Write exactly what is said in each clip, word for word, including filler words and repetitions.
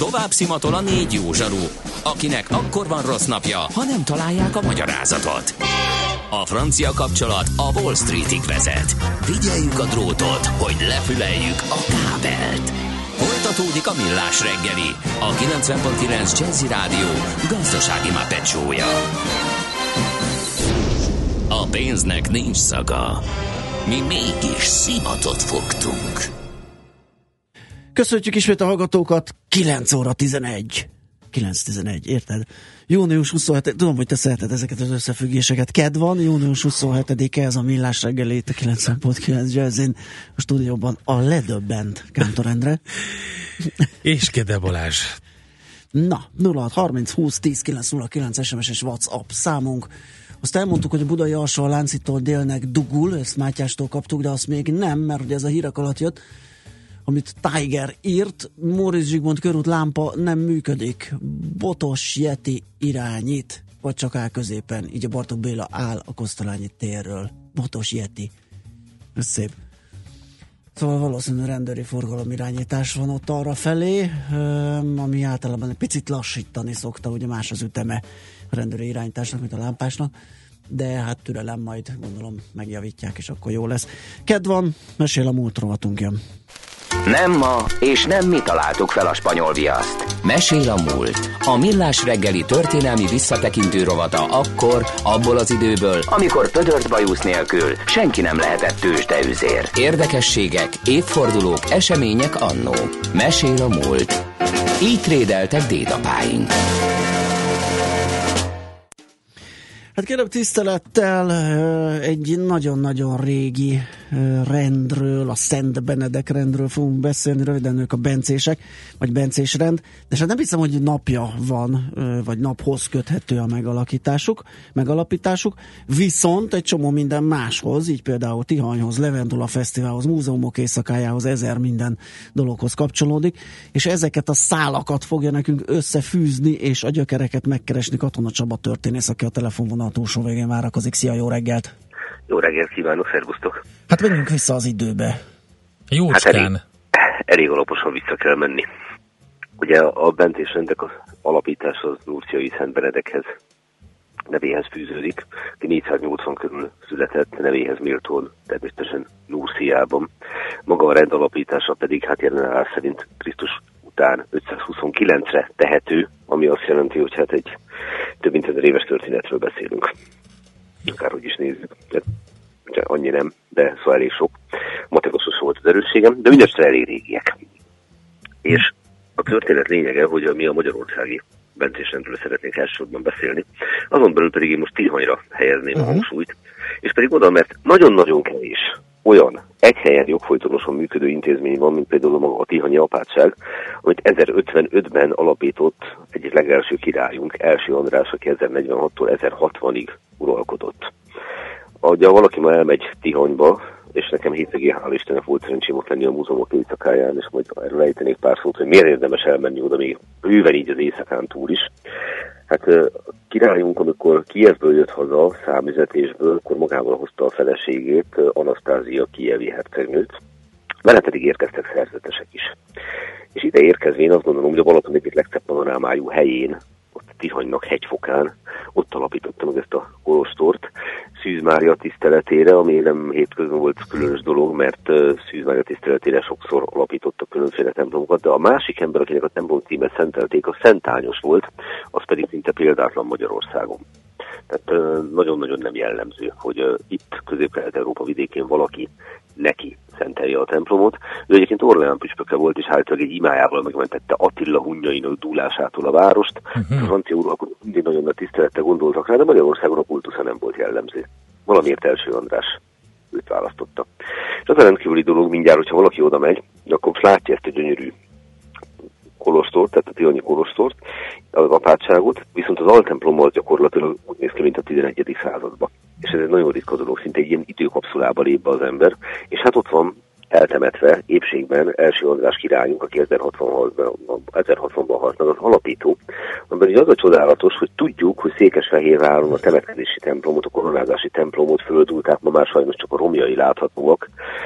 Tovább szimatol a négy jó zsaru, akinek akkor van rossz napja, ha nem találják a magyarázatot. A francia kapcsolat a Wall Streetig vezet. Figyeljük a drótot, hogy lefüleljük a kábelt. Folytatódik a Millás reggeli, a kilencven pont kilenc Jazzy Rádió gazdasági Muppet show-ja. A pénznek nincs szaga. Mi mégis szimatot fogtunk. Köszönjük ismét a hallgatókat, kilenc óra tizenegy. kilenc tizenegy, érted? június huszonhetedike, tudom, hogy te szereted ezeket az összefüggéseket. Kedd van, június huszonhetedike, ez a Millás reggeli, itt a kilencven pont kilenc Jazzin, a stúdióban a ledöbbent Kántor Endre. És Kede Balázs. Na, nulla hat harminc húsz tíz kilenc nulla kilenc es em es és WhatsApp számunk. Azt elmondtuk, hogy a budai alsó Láncitól délnek dugul, ezt Mátyástól kaptuk, de azt még nem, mert ugye ez a hírek alatt jött, amit Tiger írt, Móricz Zsigmond körút lámpa nem működik. Botos Yeti irányít, vagy csak áll középen. Így a Bartók Béla áll a Kosztolányi térről. Botos Yeti. Ez szép. Szóval valószínűleg rendőri forgalomirányítás van ott arra felé, ami általában egy picit lassítani szokta, ugye más az üteme a rendőri irányításnak, mint a lámpásnak, de hát türelem, majd gondolom megjavítják, és akkor jó lesz. Kedd van, mesél a múlt rovatunk jön. Nem ma, és nem mi találtuk fel a spanyol viaszt. Mesél a múlt. A Millás reggeli történelmi visszatekintő rovata akkor, abból az időből, amikor pödört bajusz nélkül senki nem lehetett tőzsdeüzér. Érdekességek, évfordulók, események annó. Mesél a múlt. Így trédeltek dédapáink. Hát kérem tisztelettel egy nagyon-nagyon régi rendről, a Szent Benedek rendről fogunk beszélni, röviden ők a bencések, vagy bencés rend, de hát nem hiszem, hogy napja van, vagy naphoz köthető a megalakításuk, megalapításuk, viszont egy csomó minden máshoz, így például Tihanyhoz, Levendula Fesztiválhoz, múzeumok éjszakájához, ezer minden dologhoz kapcsolódik, és ezeket a szálakat fogja nekünk összefűzni, és a gyökereket megkeresni Katona Csaba történész, aki a telefonvonal a túlsó végén várakozik. Szia, jó reggelt! Jó reggelt kívánok, szervusztok! Hát menjünk vissza az időbe. Jócskán! Hát elég, elég alaposan vissza kell menni. Ugye a bencés rendek az alapítás az Nurciai Szent Benedekhez nevéhez fűződik, aki négyszáznyolcvan körül született, nevéhez méltón, természetesen Nurciában. Maga a rend alapítása pedig hát jelen áll szerint Krisztus után ötszázhuszonkilencre tehető, ami azt jelenti, hogy hát egy több mint ezer éves történetről beszélünk. Akárhogy is nézzük. De, de annyi nem, de szóval elég sok. Matematikos volt az erősségem, de mindestre elég régiek. És a történet lényege, hogy mi a magyarországi bencésrendről szeretnénk elsősorban beszélni, azon belül pedig én most Tihanyra helyezném uh-huh. a hangsúlyt, és pedig oda, mert nagyon-nagyon kevés olyan egy helyen jogfolytonosan működő intézmény van, mint például maga a Tihanyi apátság, amit ezerötvenötben alapított egyik legelső királyunk, Első András, aki ezernegyvenhattól ezerhatvanig uralkodott. Ugye valaki ma elmegy Tihanyba, és nekem hétvégén hál' Istennek volt szerencsém ott lenni a múzeumok éjszakáján, és majd erről ejtenék pár szót, hogy miért érdemes elmenni oda még bőven így az éjszakán túl is. Hát királyunk, amikor Kijevből jött haza számüzetésből, akkor magával hozta a feleségét, Anasztázia kijevi hercegnőt, vele pedig érkeztek szerzetesek is. És ide érkezvén azt gondolom, hogy a Balaton egyik legszebb panorámájú helyén, ott Tihanynak hegyfokán, ott alapította meg ezt a kolostort Szűz Mária tiszteletére, ami nem hétköznap volt különös dolog, mert Szűz Mária tiszteletére sokszor alapítottak különféle templomokat, de a másik ember, akinek a templom címet szentelték, a Szent Ányos volt, az pedig szinte példátlan Magyarországon. Tehát nagyon-nagyon nem jellemző, hogy itt Közép-Kelet-Európa vidékén valaki neki szentelje a templomot. Ő egyébként Orleán püspöke volt, és állítólag egy imájával megmentette Attila hunnyainak dúlásától a várost. Uh-huh. A francia uralkodók mindig nagyon nagy tisztelettel gondoltak rá, de Magyarországon a kultusza nem volt jellemző. Valamiért Első András őt választotta. És az a rendkívüli dolog mindjárt, hogyha valaki oda megy, akkor látja ezt a gyönyörű kolostort, tehát a tihanyi kolostort, az apátságot, viszont az altemplom az gyakorlatilag úgy néz ki, mint a tizenegyedik században. És ez egy nagyon ritka dolog, szinte egy ilyen időkapszulába lép be az ember, és hát ott van eltemetve épségben Első András királyunk, aki ezerhatvanban halt meg, az alapító, amiben az a csodálatos, hogy tudjuk, hogy Székesfehérváron a temetkezési templomot, a koronázási templomot földulták, ma már sajnos csak a romjai láthatóak,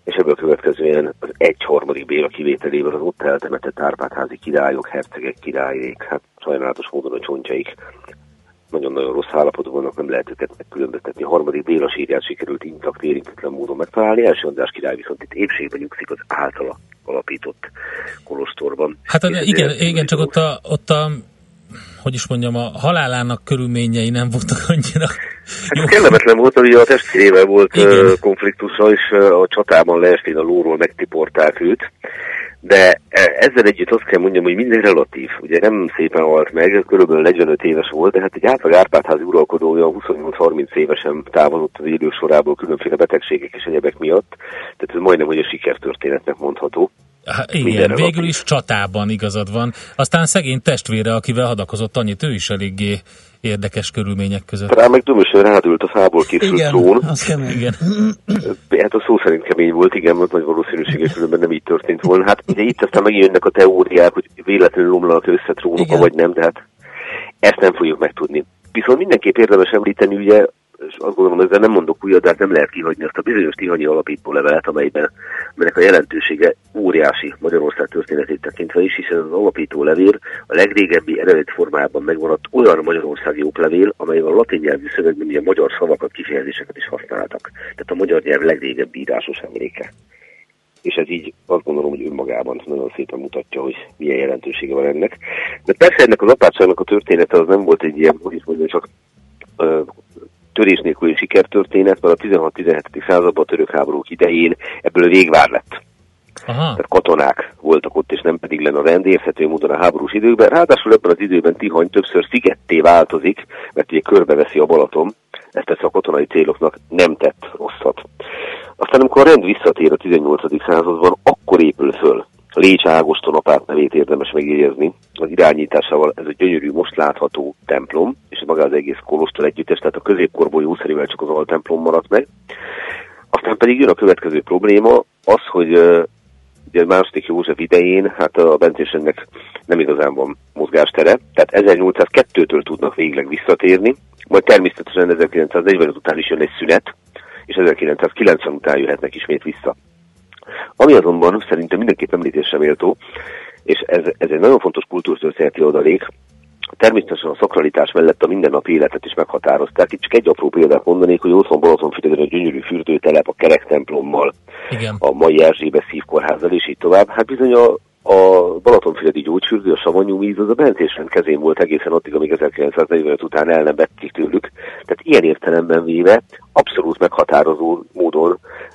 és ebből következően az egyharmadik Béla kivételével az ott eltemetett Árpád-házi királyok, hercegek, királyék, hát sajnálatos módon a csontjaik nagyon-nagyon rossz állapotban vannak, nem lehet őket megkülönböztetni. A harmadik Béla sírját sikerült intakt, érintetlen módon megtalálni. Első András király viszont itt épségben nyugszik az általa alapított kolostorban. Hát az, igen, igen, csak ott a, ott a, hogy is mondjam, a halálának körülményei nem voltak annyira Hát kellemetlen volt, hogy a testvérével volt igen. konfliktusa, és a csatában leestén a lóról megtiporták őt. De ezzel együtt azt kell mondjam, hogy minden relatív. Ugye nem szépen halt meg, körülbelül negyvenöt éves volt, de hát egy átlag Árpád-házi uralkodója huszonnyolc-harminc évesen távozott az idők sorából különféle betegségek és egyebek miatt. Tehát ez majdnem, hogy a sikertörténetnek mondható. Há, igen, végül is csatában igazad van. Aztán szegény testvére, akivel hadakozott annyit, ő is eléggé érdekes körülmények között. Rá meg dömösen rádült a fából készült igen, trón. Az kemény. Igen. Hát a szó szerint kemény volt, igen, mert nagy valószínűséggel különben nem így történt volna. Hát ugye itt aztán megint jönnek a teóriák, hogy véletlenül omlanak össze trónok, vagy nem, de hát ezt nem fogjuk megtudni. Viszont mindenképp érdemes említeni, ugye, és azt gondolom, ezzel nem mondok újat, de hát nem lehet kihagyni azt a bizonyos tihanyi alapító levelet, amelyben ennek a jelentősége óriási Magyarország történetét tekintve is, hiszen az alapító levél a legrégebbi eredeti formában megmaradt olyan magyarországi oklevél, amelyben a latin nyelvű szövegben ugye magyar szavakat, kifejezéseket is használtak. Tehát a magyar nyelv legrégebbi írásos emléke. És ez így azt gondolom, hogy önmagában nagyon szépen mutatja, hogy milyen jelentősége van ennek. De persze ennek az apátságnak a története az nem volt egy ilyen, hogy is mondjam, csak uh, törés nélküli sikertörténet, mert a tizenhat-tizenhetedik században a török háborúk idején ebből végvár lett. Aha. Tehát katonák voltak ott, és nem pedig lenne a rend, érthető módon a háborús időkben. Ráadásul ebben az időben Tihany többször szigetté változik, mert ugye körbeveszi a Balaton, ezt persze a katonai céloknak nem tett rosszat. Aztán amikor a rend visszatér a tizennyolcadik században, akkor épül föl. Lécs Ágoston apát nevét érdemes megjegyezni. Az irányításával ez a gyönyörű, most látható templom, és maga az egész kolostor együttes, tehát a középkorból jószerivel csak az altemplom maradt meg. Aztán pedig jön a következő probléma, az, hogy uh, ugye második József idején, hát a bencésnek nem igazán van mozgástere, tehát ezernyolcszázkettőtől tudnak végleg visszatérni, majd természetesen ezerkilencszáznegyvenöt után is jön egy szünet, és ezerkilencszázkilencven után jöhetnek ismét vissza. Ami azonban szerintem mindenképp említésre méltó, és ez, ez egy nagyon fontos kultúrtörténeti adalék, természetesen a szakralitás mellett a mindennapi életet is meghatározták. Itt csak egy apró példát mondanék, hogy ott van Balatonfüreden a gyönyörű fürdőtelep a kerek templommal, igen. A mai Erzsébet szívkórházzal, és így tovább. Hát bizony a, a Balatonfüredi gyógyfürdő, a savanyú víz, az a bencésrend kezén volt egészen addig, amíg ezerkilencszáznegyvenöt után el nem vették tőlük. Tehát ilyen értelemben véve abszolút meghatározó módon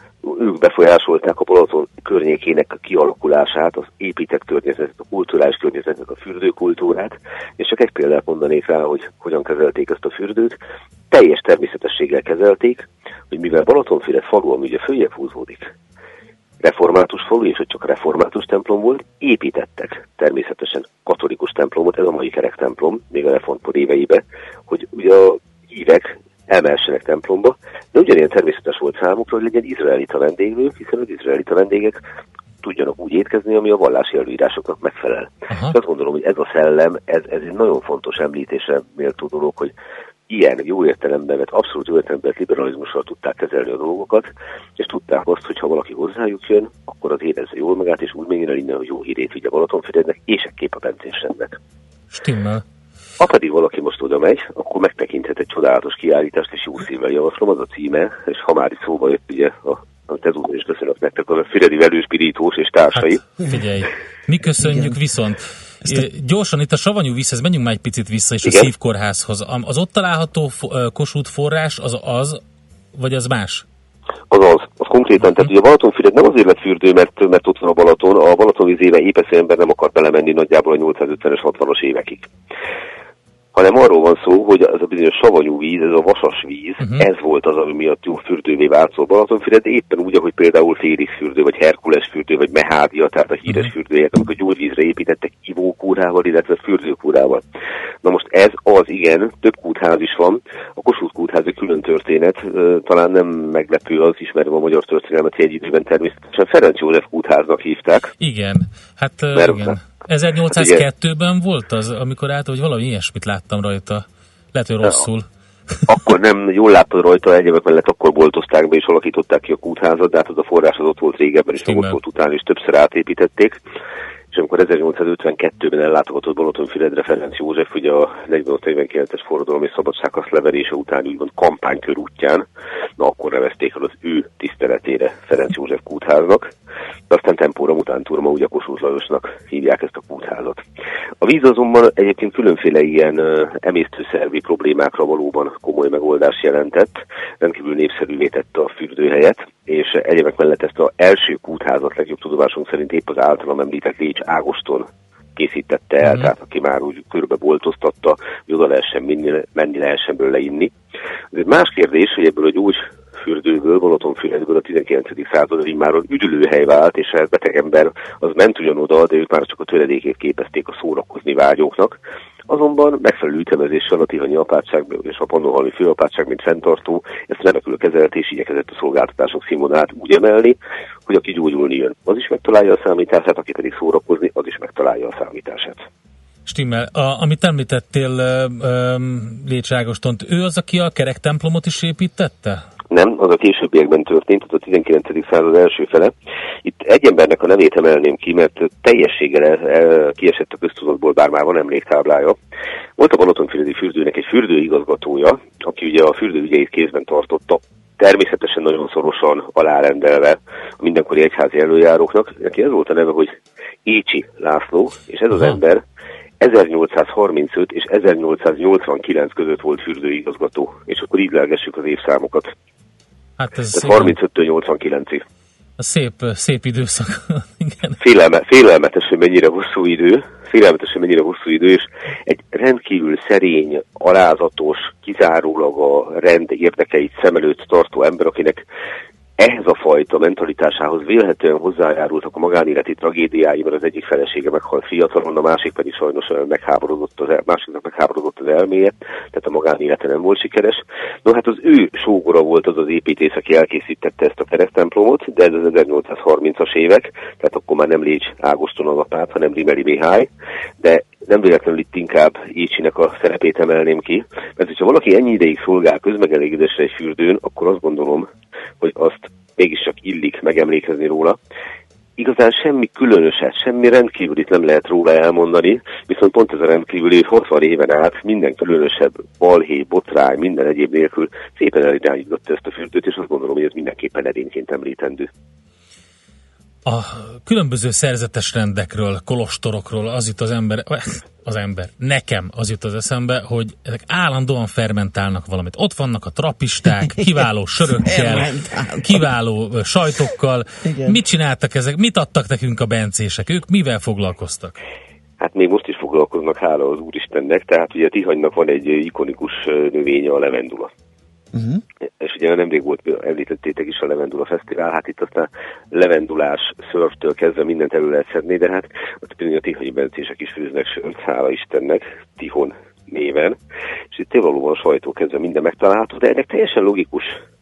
ők befolyásolták a Balaton környékének a kialakulását, az épített környezetet, a kulturális környezetnek a fürdőkultúrát, és csak egy példát mondanék rá, hogy hogyan kezelték ezt a fürdőt. Teljes természetességgel kezelték, hogy mivel Balatonfüred falu, ami ugye följebb húzódik, református falu, és hogy csak református templom volt, építettek természetesen katolikus templomot, ez a mai kerek templom, még a reformkor éveiben, hogy ugye a hívek elmehessenek templomba, de ugyanilyen természetes volt számukra, hogy legyen izraelita vendéglő, hiszen az izraelita vendégek tudjanak úgy étkezni, ami a vallási előírásoknak megfelel. És azt gondolom, hogy ez a szellem, ez, ez egy nagyon fontos említésre méltó dolog, hogy ilyen jó értelemben, mert abszolút jó értelemben liberalizmussal tudták kezelni a dolgokat, és tudták azt, hogy ha valaki hozzájuk jön, akkor az érezze jól magát, és úgy menjen el innen, hogy jó hírét vigye Balatonfürednek, és ekképp a bencésrendnek. Stimmel. Ha pedig valaki most oda megy, akkor megtekinthet egy csodálatos kiállítást, és jó szívvel javaslom, az a címe, és ha már itt szóba jött ugye, a, amit ezúttal is beszélek nektek, az a Füredi velőspirítós és társai. Hát, figyelj, mi köszönjük. Igen. Viszont. É, gyorsan itt a savanyú vízhez menjünk már egy picit vissza, és igen. A szívkórházhoz. Az ott található Kossuth forrás, az az, vagy az más? Az az, az konkrétan, tehát ugye a Balatonfüred nem azért lett fürdő, mert, mert ott van a Balaton, a Balatonvízébe épesző ember nem akart belemenni nagyjából a nyolcszázötvenes, hatvanas évekig. Hanem arról van szó, hogy ez a bizonyos savanyú víz, ez a vasas víz, uh-huh. ez volt az, ami miatt jó fürdővé vált szó Balatonfüred, éppen úgy, ahogy például Félix fürdő, vagy Herkules fürdő, vagy Mehádia, tehát a híres uh-huh. fürdőjét, amikor gyógyvízre építettek ivókúrával, illetve fürdőkúrával. Na most ez az, igen, több kútház is van, a Kossuth kútház egy külön történet, talán nem meglepő az, ismerem a magyar történelmet, egy időben természetesen Ferenc József kútháznak hívták. Igen, hát mert, igen. ezernyolcszázkettőben volt az, amikor állt, hogy valami ilyesmit láttam rajta. Lehet, hogy rosszul. Akkor nem, jól láttad rajta, egyébként mellett akkor boltozták be és alakították ki a kútházat, de hát az a forrás az ott volt régebben, és ott volt utána, és többször átépítették. És amikor ezernyolcszázötvenkettőben ellátogatott Balatonfüredre Ferenc József, ugye a negyvenöt negyvenkilences forradalom és szabadságharc leverése után úgymond kampánykör útján, na akkor nevezték el az ő tiszteletére Ferenc József kútháznak, de aztán tempóra mutántúra ugye Kossuth Lajosnak hívják ezt a kútházat. A víz azonban egyébként különféle ilyen uh, emésztőszervi problémákra valóban komoly megoldást jelentett, rendkívül népszerűvé tette a fürdőhelyet, és egyébek mellett ezt az első kútházat legjobb tudomásunk szerint épp az általam említett Lécs Ágoston készítette el, mm. tehát aki már úgy körbe boltoztatta, hogy oda lehessen menni, menni lehessen belőle inni. Ez egy más kérdés, hogy ebből a gyógyfürdőből, Balatonfüredből a tizenkilencedik században így már az üdülőhely vált, és a beteg ember az ment ugyan oda, de ők már csak a töredékét képezték a szórakozni vágyóknak. Azonban megfelelő ütemezéssel a Tihanyi apátság és a Pannonhalmi főapátság, mint fenntartó, ezt remekül kezelte és igyekezett a szolgáltatások színvonalát úgy emelni, hogy aki gyógyulni jön, az is megtalálja a számítását, aki pedig szórakozni, az is megtalálja a számítását. Stimmel. A, amit említettél Lécs Ágostont, ő az, aki a kerektemplomot is építette? Nem, az a későbbiekben történt, az a tizenkilencedik század első fele. Itt egy embernek a nevét emelném ki, mert teljességgel kiesett a köztudatból, bár már van emléktáblája. Volt a Balatonfüredi fürdőnek egy fürdőigazgatója, aki ugye a fürdőügyeit kézben tartotta, természetesen nagyon szorosan alárendelve a mindenkori egyházi előjáróknak. Neki ez volt a neve, hogy Écsi László, és ez az Aha. ember ezernyolcszázharmincöt és ezernyolcszáznyolcvankilenc között volt fürdőigazgató, és akkor így lelgessük az évszámokat. Hát ez harmincöttől nyolcvankilencig. A szép, szép időszak. Igen. Félelme, félelmetes, hogy mennyire hosszú idő, félelmetes, hogy mennyire hosszú idő, és egy rendkívül szerény, alázatos, kizárólag a rend érdekeit szem előtt tartó ember, akinek ehhez a fajta mentalitásához vélhetően hozzájárultak a magánéleti tragédiái, mert az egyik felesége meghalt fiatalon, a másik pedig sajnos megháborodott az, el, másiknak megháborodott az elméje, tehát a magánélete nem volt sikeres. No hát az ő sógora volt az az építész, aki elkészítette ezt a keresztemplomot, de ez az ezernyolcszázharmincas évek, tehát akkor már nem Lécs Ágoston az apát, hanem Rimeli Mihály, de nem véletlenül itt inkább Écsinek a szerepét emelném ki, mert hogyha valaki ennyi ideig szolgál közmegelégedésre egy fürdőn, akkor azt gondolom, hogy azt mégiscsak illik megemlékezni róla. Igazán semmi különöset, semmi rendkívülit nem lehet róla elmondani, viszont pont ez a rendkívüli hatvan éven át minden különösebb balhé, botrány, minden egyéb nélkül szépen elirányította ezt a fürdőt, és azt gondolom, hogy ez mindenképpen edényként említendő. A különböző szerzetes rendekről, kolostorokról az jut az ember, az ember, nekem az jut az eszembe, hogy ezek állandóan fermentálnak valamit. Ott vannak a trapisták, kiváló sörökkel, kiváló sajtokkal. Igen. Mit csináltak ezek? Mit adtak nekünk a bencések? Ők mivel foglalkoztak? Hát még most is foglalkoznak, hála az Úristennek, tehát ugye Tihanynak van egy ikonikus növénye, a levendula. Uh-huh. És ugye nemrég volt, említettétek is a Levendula Fesztivál, hát itt aztán levendulás, szörftől kezdve mindent elő lehet szedni, de hát ott például a tihanyi bencések is főznek sört, hála Istennek, Tihon néven, és itt valóban a sajtó kezdve minden megtalálható, de ennek teljesen logikus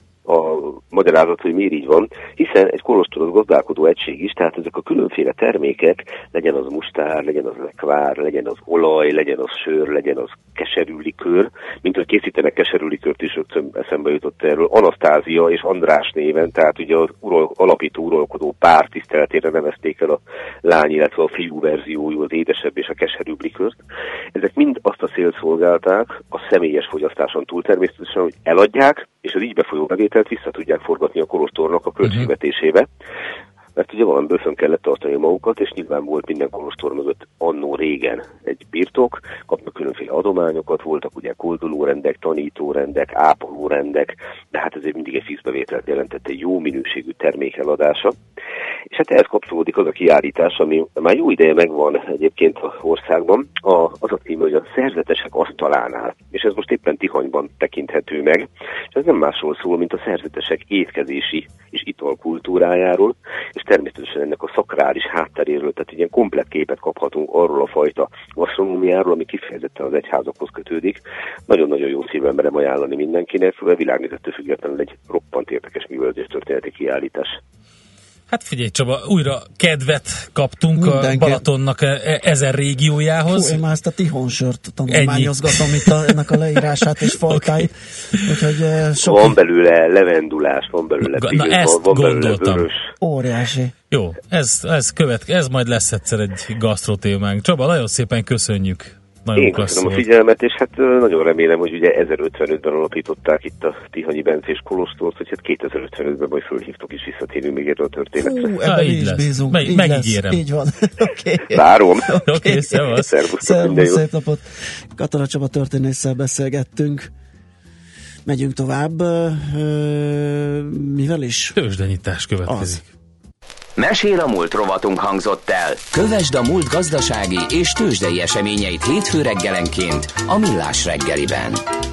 a magyarázat, hogy miért így van, hiszen egy kolostor az gazdálkodó egység is, tehát ezek a különféle termékek, legyen az mustár, legyen az lekvár, legyen az olaj, legyen az sör, legyen az keserű likőr, mint hogy készítenek keserű likőrt is, rögtön eszembe jutott erről, Anasztázia és András néven, tehát ugye az ural, alapító uralkodó pár tiszteletére nevezték el a lány, illetve a fiú verziójú, az édesebb és a keserű likőrt. Ezek mind azt a célt szolgálták, a személyes fogyasztáson túl természetesen, hogy eladják, és az így befolyó bevételt vissza tudják forgatni a kolostornak a költségvetésébe. Mert ugye valamiből fönn kellett tartani magukat, és nyilván volt minden kolostor mögött annó régen egy birtok, kapnak különféle adományokat, voltak ugye koldulórendek, tanítórendek, ápolórendek, de hát ezért mindig egy fixbevételt jelentett egy jó minőségű termék eladása. És hát ehhez kapcsolódik az a kiállítás, ami már jó ideje megvan egyébként az országban, a, az a cím, hogy a szerzetesek asztalánál. És ez most éppen Tihanyban tekinthető meg. És ez nem másról szól, mint a szerzetesek étkezési és italkultúrájáról, és természetesen ennek a szakrális hátteréről, tehát egy ilyen komplett képet kaphatunk arról a fajta gasztronómiáról, ami kifejezetten az egyházakhoz kötődik. Nagyon-nagyon jó szívben merem ajánlani mindenkinek, szóval világnézettől függetlenül egy roppant érdekes művelődés történeti kiállítás. Hát figyelj Csaba, újra kedvet kaptunk Mindenki. A Balatonnak ezer régiójához. Hú, én már ezt a Tihonsört tanulmányozgatom itt a, ennek a leírását és fajtáit. Okay. Úgyhogy sok... Van belőle levendulás, van belőle Na, piros, ezt van belőle gondoltam. vörös. Óriási. Jó, ez, ez, követ, ez majd lesz egyszer egy gasztrotémánk. Csaba, nagyon szépen köszönjük. Nagyon Én klassz köszönöm volt. a figyelmet, és hát nagyon remélem, hogy ugye ezerötvenötben alapították itt a Tihanyi Bencés kolostort, hogy hát kétezer-ötvenötben majd fölhívtok és visszatérünk még erről a történetre. Hú, ebben így is lesz. Bízunk. Meg, így megígérem. Lesz. Így van. Okay. Várom. Oké, okay, szevasz. Szervusz, szép napot. Katona Csaba történésszel beszélgettünk. Megyünk tovább. Mivel is? Tőzsdenyítás következik. Az. Mesél a múlt rovatunk hangzott el. Kövesd a múlt gazdasági és tőzsdei eseményeit hétfő reggelenként a Millás reggeliben.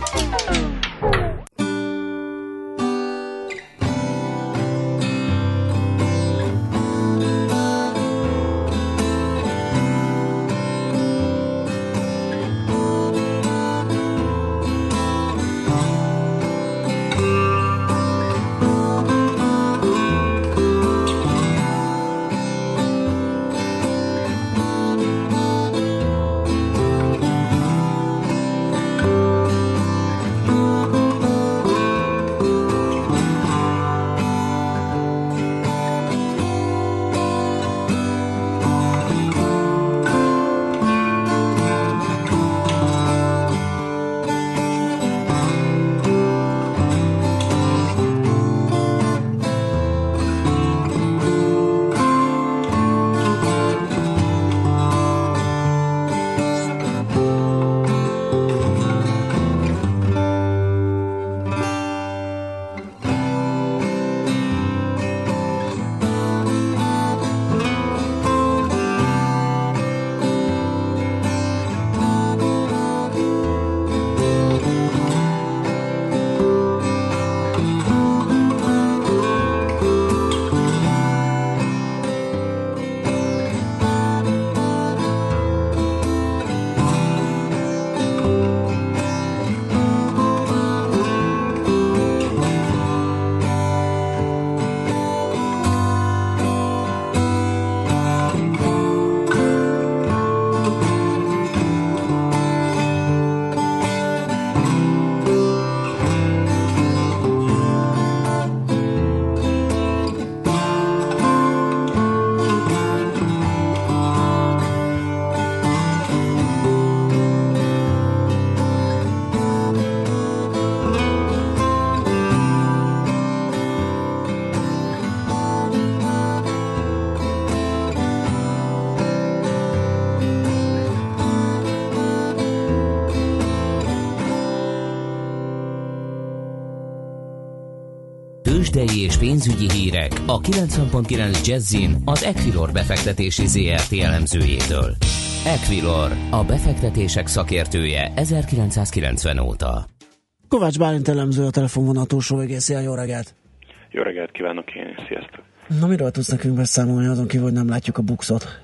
Tőzsdei és pénzügyi hírek a kilencven pont kilenc Jazzin az Equilor befektetési zé er té elemzőjétől. Equilor, a befektetések szakértője ezerkilencszázkilencven óta. Kovács Bálint elemző a telefonvonal túlsó végén. Szia, jó reggelt! Jó reggelt kívánok én, sziasztok! Na, miről tudsz nekünk beszámolni azon kívül, hogy nem látjuk a bukszot?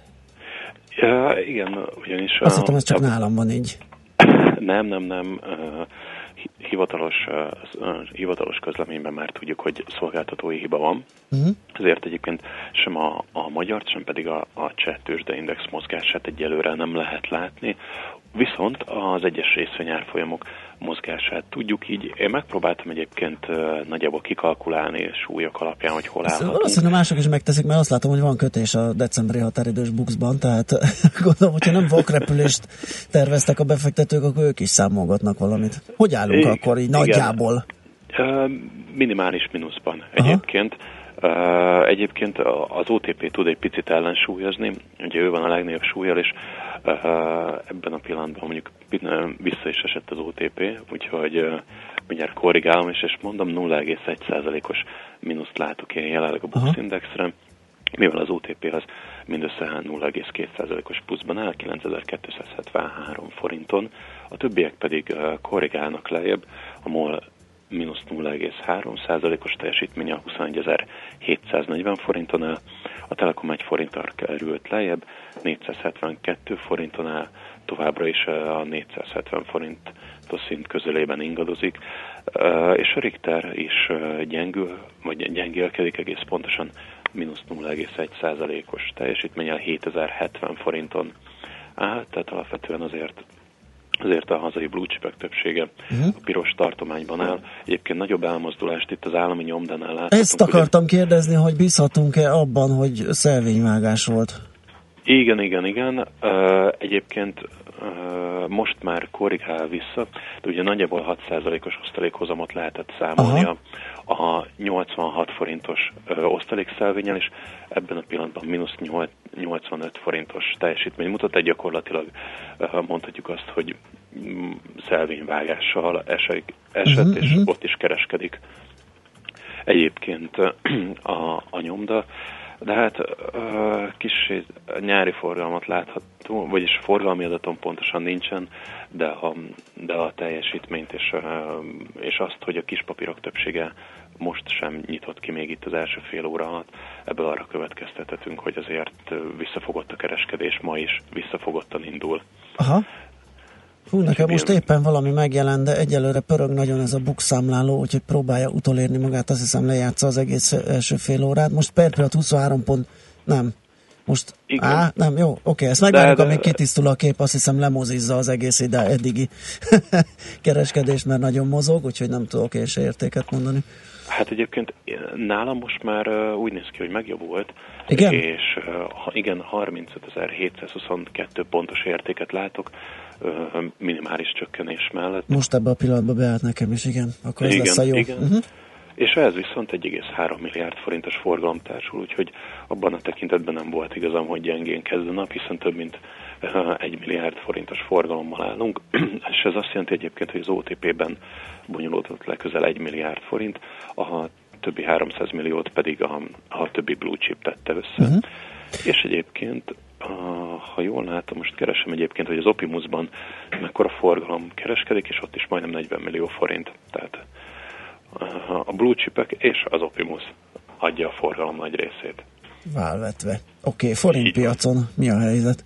Ja, igen, ugyanis... Azt hittem, ez csak a... nálam van így. Nem, nem, nem. Hivatalos, hivatalos közleményben már tudjuk, hogy szolgáltatói hiba van. Uh-huh. Ezért egyébként sem a, a magyar, sem pedig a, a cseh tőzsdeindex mozgását egyelőre nem lehet látni. Viszont az egyes részvényárfolyamok mozgását tudjuk így. Én megpróbáltam egyébként nagyjából kikalkulálni súlyok alapján, hogy hol állhatunk. Valószínűleg mások is megteszik, mert azt látom, hogy van kötés a decemberi határidős bukszban, tehát gondolom, hogyha nem vakrepülést terveztek a befektetők, akkor ők is számolgatnak valamit. Hogy állunk I- akkor így igen. Nagyjából? Minimális mínuszban egyébként. Uh, egyébként az o té pé tud egy picit ellensúlyozni, ugye ő van a legnagyobb súlyjal, és uh, ebben a pillanatban mondjuk vissza is esett az o té pé, úgyhogy uh, mindjárt korrigálom, és, és mondom nulla egész egy százalékos mínuszt látok én jelenleg a Bux Indexre, mivel az o té pé az mindössze nulla egész két százalékos pluszban áll, kilencezer-kétszázhetvenhárom forinton, a többiek pedig uh, korrigálnak lejjebb, a MOL mínusz nulla egész három százalékos teljesítménye a huszonegyezer-hétszáznegyven forinton áll, a Telekom egy forinttal került lejjebb, négyszázhetvenkettő forinton áll, továbbra is a négyszázhetven forintos szint közelében ingadozik, és a Richter is gyengül, vagy gyengélkedik egész pontosan mínusz nulla egész egy százalékos teljesítménnyel hétezer-hetven forinton áll, tehát alapvetően azért azért a hazai blue chipek többsége uh-huh. a piros tartományban áll. Egyébként nagyobb elmozdulást itt az állami nyomdánál láthatunk. Ezt akartam ugye... kérdezni, hogy bízhatunk-e abban, hogy szelvényvágás volt? Igen, igen, igen. Uh, egyébként uh, most már korrigál vissza, de ugye nagyjából hat százalékos osztalékhozamot lehetett számolni a, a nyolcvanhat forintos uh, osztalékszelvénnyel, és ebben a pillanatban mínusz nyolcvanöt forintos teljesítmény mutat, egy gyakorlatilag uh, mondhatjuk azt, hogy szelvényvágással esik, esett, uh-huh, és uh-huh. ott is kereskedik egyébként a, a nyomda. De hát uh, kis nyári forgalmat látható, vagyis forgalmi adaton pontosan nincsen, de a, de a teljesítményt és, uh, és azt, hogy a kispapírok többsége most sem nyitott ki még itt az első fél óra alatt, ebből arra következtethetünk, hogy azért visszafogott a kereskedés, ma is visszafogottan indul. Aha. Hú, nekem most éppen valami megjelent, de egyelőre pörög nagyon ez a bookszámláló, úgyhogy próbálja utolérni magát, azt hiszem lejátsza az egész első fél órát. Most per pillanat huszonhárom pont, nem, most, igen. Á, nem, jó, oké, ezt megvárjuk, amíg kitisztul a kép, azt hiszem lemozizza az egész ide eddigi kereskedést, mert nagyon mozog, úgyhogy nem tudok én se értéket mondani. Hát egyébként nálam most már uh, úgy néz ki, hogy megjavult, igen? és uh, igen, harmincötezer-hétszázhuszonkettő pontos értéket látok, uh, minimális csökkenés mellett. Most ebben a pillanatban beállt nekem is, igen, akkor ez igen, lesz a jó. Igen. Uh-huh. És ehhez viszont egy egész három milliárd forintos forgalom társul, úgyhogy abban a tekintetben nem volt igazam, hogy gyengén kezd a nap, hiszen több mint egy milliárd forintos forgalommal állunk, és ez azt jelenti egyébként, hogy az o té pé-ben bonyolódott le közel egy milliárd forint, a többi háromszáz milliót pedig a, a többi blue chip tette össze. Uh-huh. És egyébként, ha jól látom, most keresem egyébként, hogy az Opimusban mekkora forgalom kereskedik, és ott is majdnem negyven millió forint. Tehát a blue chipek és az Opimus adja a forgalom nagy részét. Válvetve. Oké, okay, forintpiacon mi a helyzet?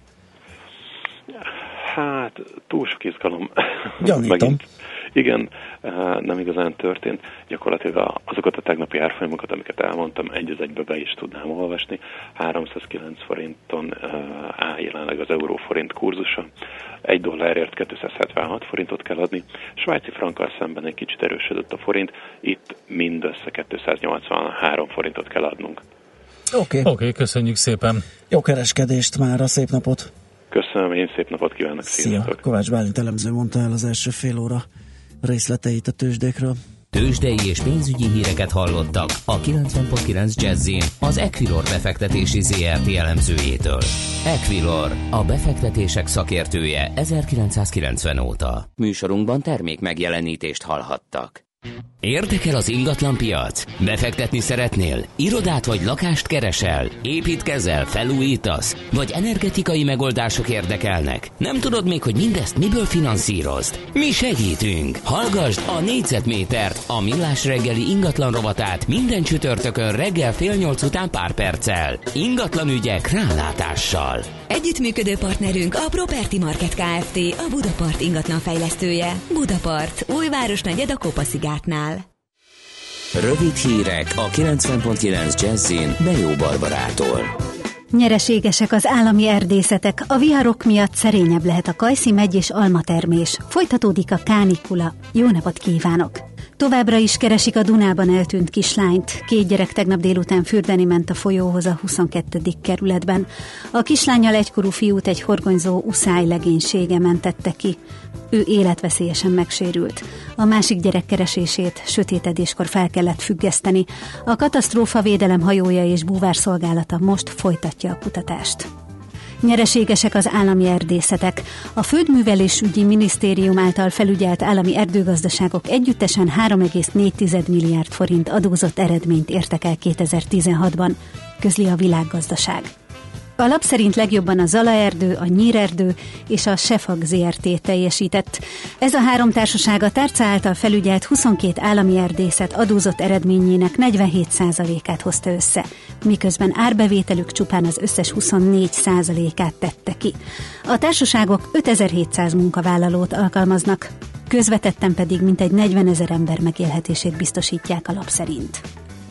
Hát, túl sok izgalom. Gyanítom. Megint, igen, nem igazán történt. Gyakorlatilag azokat a tegnapi árfolyamokat, amiket elmondtam, egy az egybe be is tudnám olvasni. háromszázkilenc forinton áll jelenleg az euró-forint kurzusa. Egy dollárért kétszázhetvenhat forintot kell adni. Svájci frankkal szemben egy kicsit erősödött a forint. Itt mindössze kétszáznyolcvanhárom forintot kell adnunk. Oké, okay. okay, köszönjük szépen. Jó kereskedést már, a szép napot. Köszönöm, én szép napot kívánok. Szia, Kovács Bálint elemző mondta el az első fél óra részleteit a tőzsdékről. Tőzsdei és pénzügyi híreket hallottak a kilencven pont kilenc Jazzin az Equilor befektetési zé er té elemzőjétől. Equilor, a befektetések szakértője ezerkilencszázkilencven óta. Műsorunkban termék megjelenítést hallhattak. Érdekel az ingatlanpiac? Befektetni szeretnél? Irodát vagy lakást keresel? Építkezel, felújítasz? Vagy energetikai megoldások érdekelnek? Nem tudod még, hogy mindezt miből finanszírozd? Mi segítünk! Hallgasd a Négyzetmétert, a Millás reggeli ingatlan rovatát minden csütörtökön reggel fél nyolc után pár perccel. Ingatlan ügyek rálátással. Együttműködő partnerünk a Property Market Kft., a Budapart ingatlan fejlesztője. Budapart, újváros negyed a Kopa-szigetnál. Rövid hírek a kilencven pont kilenc Jazzin Bejó Barbarától. Nyereségesek az állami erdészetek, a viharok miatt szerényebb lehet a kajszi, megy és almatermés. Folytatódik a kánikula. Jó napot kívánok! Továbbra is keresik a Dunában eltűnt kislányt. Két gyerek tegnap délután fürdeni ment a folyóhoz a huszonkettedik kerületben. A kislánnyal egykorú fiút egy horgonyzó uszály legénysége mentette ki. Ő életveszélyesen megsérült. A másik gyerek keresését sötétedéskor fel kellett függeszteni. A katasztrófavédelem hajója és búvárszolgálata most folytatja a kutatást. Nyereségesek az állami erdészetek. A Földművelésügyi Minisztérium által felügyelt állami erdőgazdaságok együttesen három egész négy milliárd forint adózott eredményt értek el kétezer-tizenhatban, közli a Világgazdaság. A lap szerint legjobban a Zala erdő, a Nyírerdő és a Sefag zé er té teljesített. Ez a három társaság a tárca által felügyelt huszonkét állami erdészet adózott eredményének negyvenhét százalékát hozta össze, miközben árbevételük csupán az összes huszonnégy százalékát tette ki. A társaságok ötezer-hétszáz munkavállalót alkalmaznak, közvetetten pedig mintegy negyvenezer ember megélhetését biztosítják a lap szerint.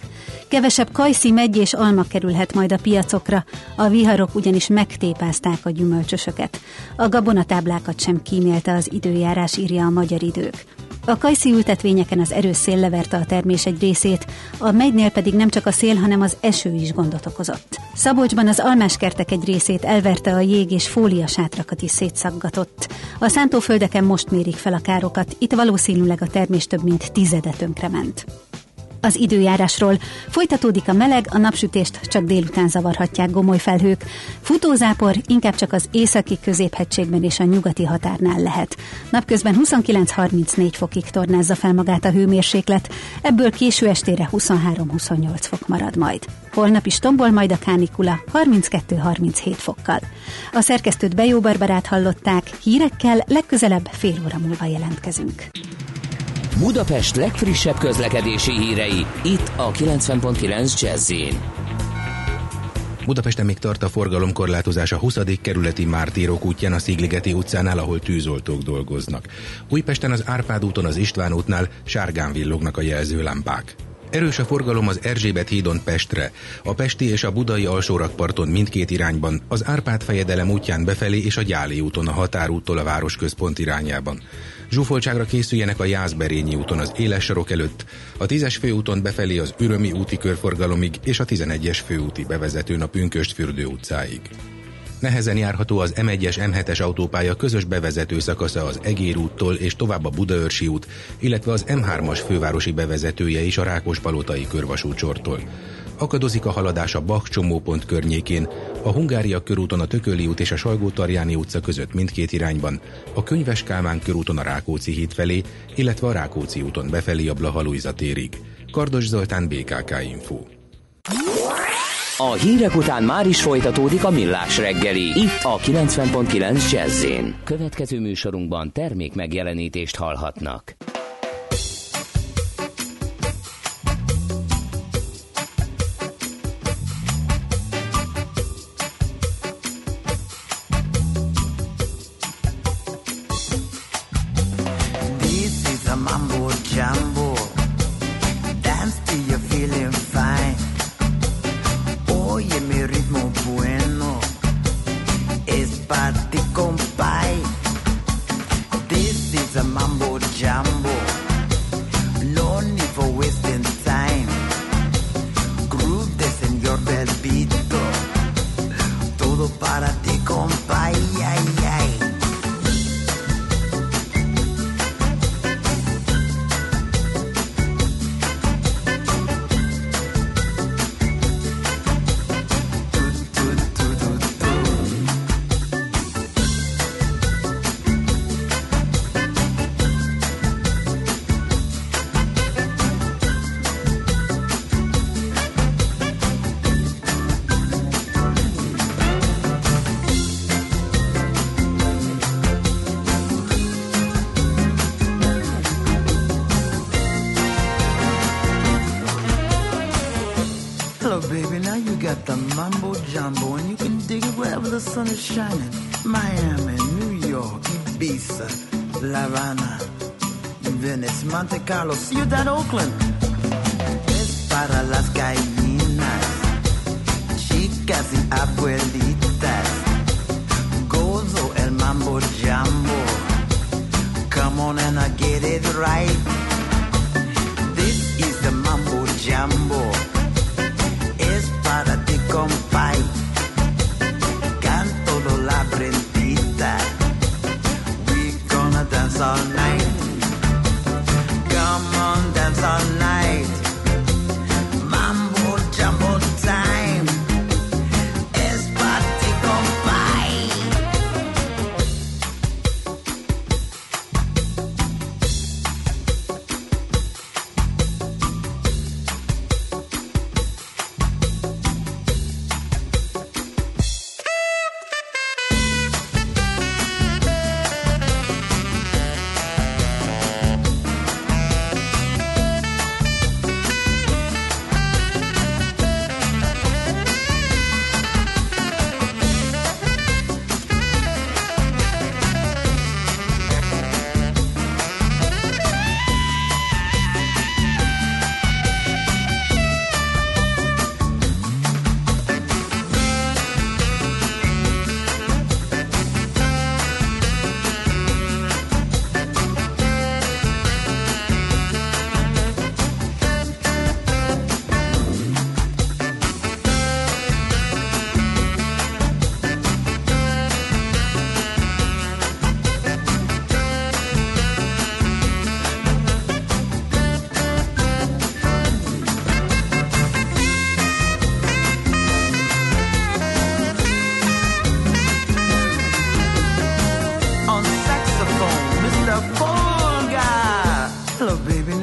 Kevesebb kajszi, megy és alma kerülhet majd a piacokra, a viharok ugyanis megtépázták a gyümölcsösöket. A gabonatáblákat sem kímélte az időjárás, írja a Magyar Idők. A kajszi ültetvényeken az erős szél leverte a termés egy részét, a megynél pedig nem csak a szél, hanem az eső is gondot okozott. Szabolcsban az almáskertek egy részét elverte a jég, és fóliasátrakat is szétszaggatott. A szántóföldeken most mérik fel a károkat, itt valószínűleg a termés több mint tizede tönkrement. Az időjárásról: folytatódik a meleg, a napsütést csak délután zavarhatják gomoly felhők. Futózápor inkább csak az északi középhegységben és a nyugati határnál lehet. Napközben huszonkilenc-harmincnégy fokig tornázza fel magát a hőmérséklet, ebből késő estére huszonhárom-huszonnyolc fok marad majd. Holnap is tombol majd a kánikula harminckettő-harminchét fokkal. A szerkesztőt Bejó Barbarát hallották, hírekkel legközelebb fél óra múlva jelentkezünk. Budapest legfrissebb közlekedési hírei, itt a kilencven pont kilenc Jazz-in. Budapesten még tart a forgalomkorlátozás a huszadik kerületi Mártírok útján a Szigligeti utcánál, ahol tűzoltók dolgoznak. Újpesten az Árpád úton az István útnál sárgán villognak a jelzőlámpák. Erős a forgalom az Erzsébet hídon Pestre, a pesti és a budai alsórakparton mindkét irányban, az Árpád-fejedelem útján befelé és a Gyáli úton a Határúttól a városközpont irányában. Zsúfoltságra készüljenek a Jászberényi úton az Éles sarok előtt, a tízes főúton befelé az Ürömi úti körforgalomig és a tizenegyes főúti bevezetőn a Pünkösdfürdő utcáig. Nehezen járható az em egyes em hetes autópálya közös bevezető szakasza az Egér úttól és tovább a Budaörsi út, illetve az em hármas fővárosi bevezetője is a Rákospalotai körvasútsortól. Akadozik a haladás a Bach csomópont környékén, a Hungária körúton a Tököli út és a Salgó-Tarjáni utca között mindkét irányban, a Könyves Kálmán körúton a Rákóczi híd felé, illetve a Rákóczi úton befelé a Blaha-Lujza térig. Kardos Zoltán, bé ká ká Info. A hírek után már is folytatódik a Millás reggeli, itt a kilencven pont kilenc Jazz-in. Következő műsorunkban termék megjelenítést hallhatnak. Shining, Miami, New York, Ibiza, La Habana, Venice, Monte Carlo, Ciudad Oakland. Es para las gallinas, chicas y abuelitas. Gozo el mambo jumbo. Come on and I get it right. This is the mambo jumbo. Es para ti, compay. La prendita, we gonna dance all night. Come on, dance all night. Mambo jumbo time. Es party compay.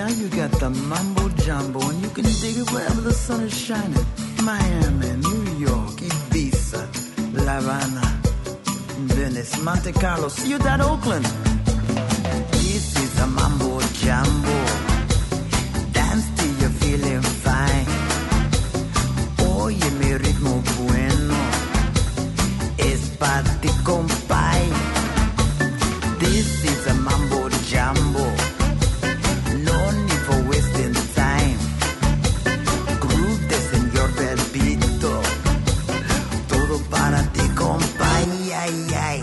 Now you got the mumbo jumbo, and you can dig it wherever the sun is shining. Miami, New York, Ibiza, La Habana, Venice, Monte Carlo, Ciudad Oakland. This is a mambo jumbo. Dance till you're feeling fine. Oye mi ritmo bueno. Es pa' ti, compay. This is a mambo jumbo. No need for wasting time. Groove the señor Pepito. Todo para ti, compay. Ay, ay.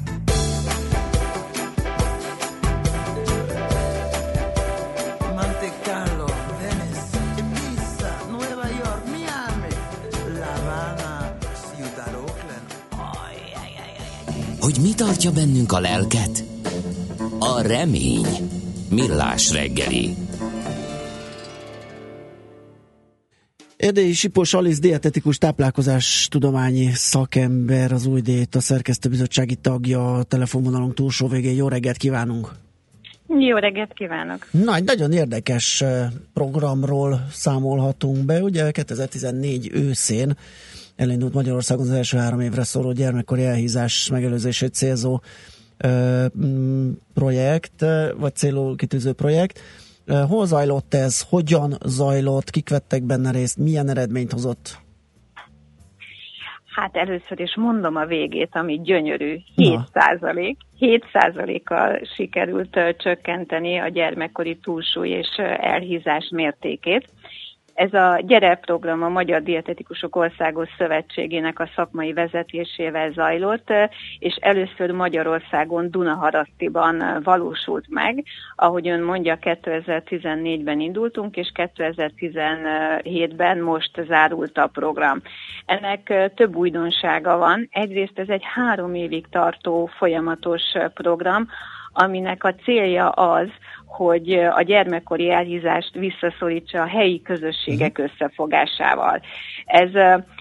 Monte Carlo, Venice, Ibiza, Nueva York, Miami, La Habana, Ciudad Oakland. Ay, ay, ay, ay. Hogy mi tartja bennünk a lelket? A remény. Millás reggeli. Erdélyi Sipos Alisz dietetikus táplálkozás tudományi szakember, az új diéta szerkesztőbizottsági tagja, a telefonvonalunk túlsó végén. Jó reggelt kívánunk! Jó reggelt kívánok! Na, egy nagyon érdekes programról számolhatunk be. Ugye kétezer-tizennégy őszén elindult Magyarországon az első három évre szóló gyermekkori elhízás megelőzését célzó ö, projekt, vagy célul kitűző projekt. Hol zajlott ez? Hogyan zajlott? Kik vettek benne részt? Milyen eredményt hozott? Hát először is mondom a végét, ami gyönyörű. hét százalék. hét százalékkal sikerült uh, csökkenteni a gyermekkori túlsúly és uh, elhízás mértékét. Ez a GYERE program a Magyar Dietetikusok Országos Szövetségének a szakmai vezetésével zajlott, és először Magyarországon Dunaharasztiban valósult meg. Ahogy ön mondja, kétezer-tizennégyben indultunk, és kétezer-tizenhétben most zárult a program. Ennek több újdonsága van. Egyrészt ez egy három évig tartó folyamatos program, aminek a célja az, hogy a gyermekkori elhízást visszaszorítsa a helyi közösségek összefogásával. Ez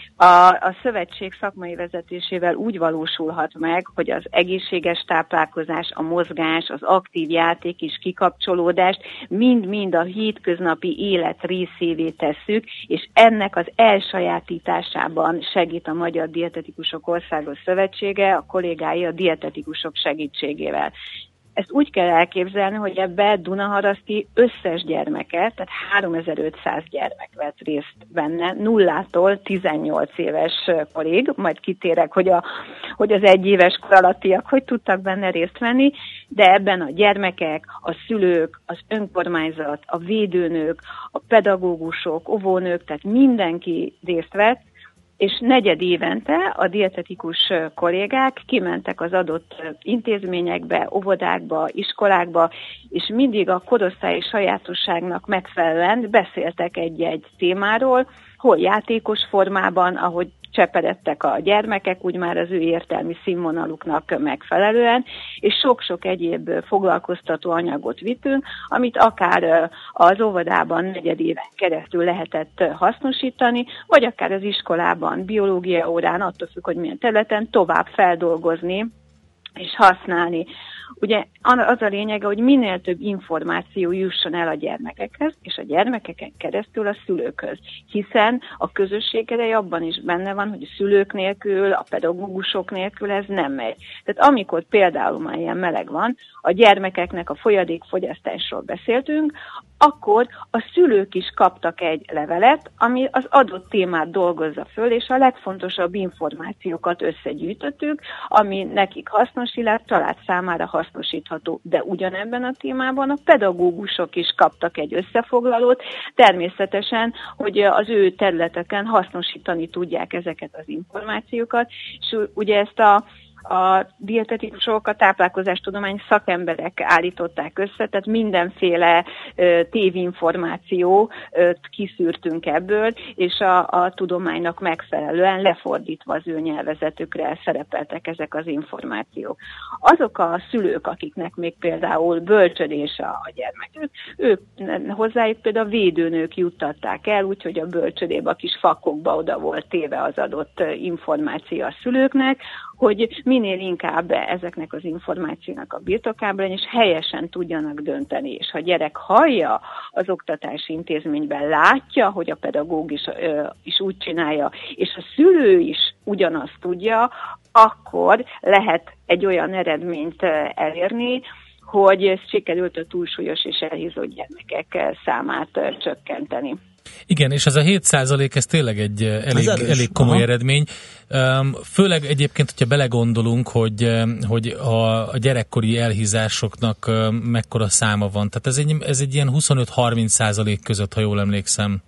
a, a szövetség szakmai vezetésével úgy valósulhat meg, hogy az egészséges táplálkozás, a mozgás, az aktív játék és kikapcsolódást mind-mind a hétköznapi élet részévé tesszük, és ennek az elsajátításában segít a Magyar Dietetikusok Országos Szövetsége, a kollégái a dietetikusok segítségével. Ezt úgy kell elképzelni, hogy ebbe Dunaharaszti összes gyermeke, tehát háromezer-ötszáz gyermek vett részt benne, nullától tizennyolc éves korig, majd kitérek, hogy, a, hogy az egyéves kor alattiak hogy tudtak benne részt venni, de ebben a gyermekek, a szülők, az önkormányzat, a védőnők, a pedagógusok, óvónők, tehát mindenki részt vett, és negyed évente a dietetikus kollégák kimentek az adott intézményekbe, óvodákba, iskolákba, és mindig a korosztályi sajátosságnak megfelelően beszéltek egy-egy témáról, hol játékos formában, ahogy cseperedtek a gyermekek, úgy már az ő értelmi színvonaluknak megfelelően, és sok-sok egyéb foglalkoztató anyagot vittünk, amit akár az óvodában negyed éven keresztül lehetett hasznosítani, vagy akár az iskolában, biológia órán, attól függ, hogy milyen területen tovább feldolgozni és használni. Ugye az a lényege, hogy minél több információ jusson el a gyermekekhez, és a gyermekeken keresztül a szülőkhöz. Hiszen a közösség ereje abban is benne van, hogy a szülők nélkül, a pedagógusok nélkül ez nem megy. Tehát amikor például már ilyen meleg van, a gyermekeknek a folyadékfogyasztásról beszéltünk, akkor a szülők is kaptak egy levelet, ami az adott témát dolgozza föl, és a legfontosabb információkat összegyűjtöttük, ami nekik hasznos, illetve család számára hasznosítható. De ugyanebben a témában a pedagógusok is kaptak egy összefoglalót, természetesen, hogy az ő területeken hasznosítani tudják ezeket az információkat, és ugye ezt a A dietetikusok, a táplálkozástudomány szakemberek állították össze, tehát mindenféle ö, tévinformációt kiszűrtünk ebből, és a, a tudománynak megfelelően lefordítva az ő nyelvezetükre szerepeltek ezek az információk. Azok a szülők, akiknek még például bölcsödés a gyermekük, ők hozzájuk például a védőnők juttatták el, úgyhogy a bölcsödébe a kis fakokba oda volt téve az adott információ a szülőknek, hogy minél inkább ezeknek az információnak a birtokában, és helyesen tudjanak dönteni. És ha a gyerek hallja az oktatási intézményben, látja, hogy a pedagógus ö, is úgy csinálja, és a szülő is ugyanazt tudja, akkor lehet egy olyan eredményt elérni, hogy sikerült a túlsúlyos és elhízott gyermekek számát csökkenteni. Igen, és ez a hét százalék, ez tényleg egy elég, elég komoly Aha. eredmény. Főleg egyébként, hogyha belegondolunk, hogy, hogy a, a gyerekkori elhízásoknak mekkora száma van. Tehát ez egy, ez egy ilyen huszonöt-harminc százalék között, ha jól emlékszem.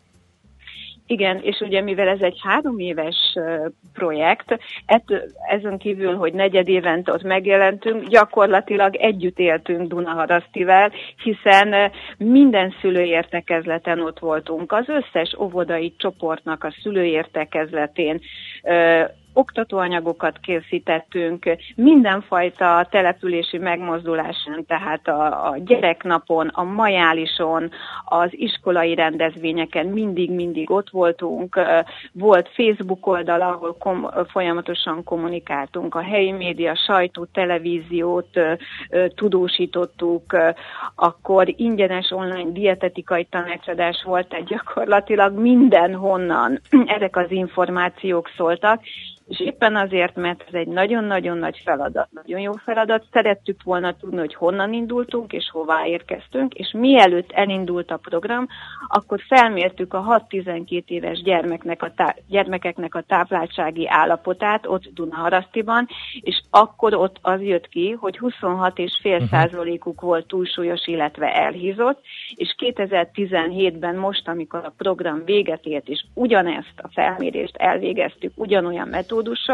Igen, és ugye mivel ez egy három éves projekt, ezen kívül, hogy negyed évente ott megjelentünk, gyakorlatilag együtt éltünk Dunaharasztivel, hiszen minden szülőértekezleten ott voltunk. Az összes óvodai csoportnak a szülőértekezletén oktatóanyagokat készítettünk, mindenfajta települési megmozduláson, tehát a, a gyereknapon, a majálison, az iskolai rendezvényeken mindig-mindig ott voltunk. Volt Facebook oldal, ahol kom- folyamatosan kommunikáltunk. A helyi média, sajtó, televíziót ö, ö, tudósítottuk, akkor ingyenes online dietetikai tanácsadás volt, tehát gyakorlatilag mindenhonnan ezek az információk szóltak, és éppen azért, mert ez egy nagyon-nagyon nagy feladat, nagyon jó feladat, szerettük volna tudni, hogy honnan indultunk, és hová érkeztünk, és mielőtt elindult a program, akkor felmértük a hat-tizenkét éves gyermeknek a tá- gyermekeknek a tápláltsági állapotát ott Dunaharasztiban, és akkor ott az jött ki, hogy huszonhat egész öt százalékuk volt túlsúlyos, illetve elhízott, és kétezer-tizenhétben most, amikor a program véget ért, és ugyanezt a felmérést elvégeztük, ugyanolyan metódus,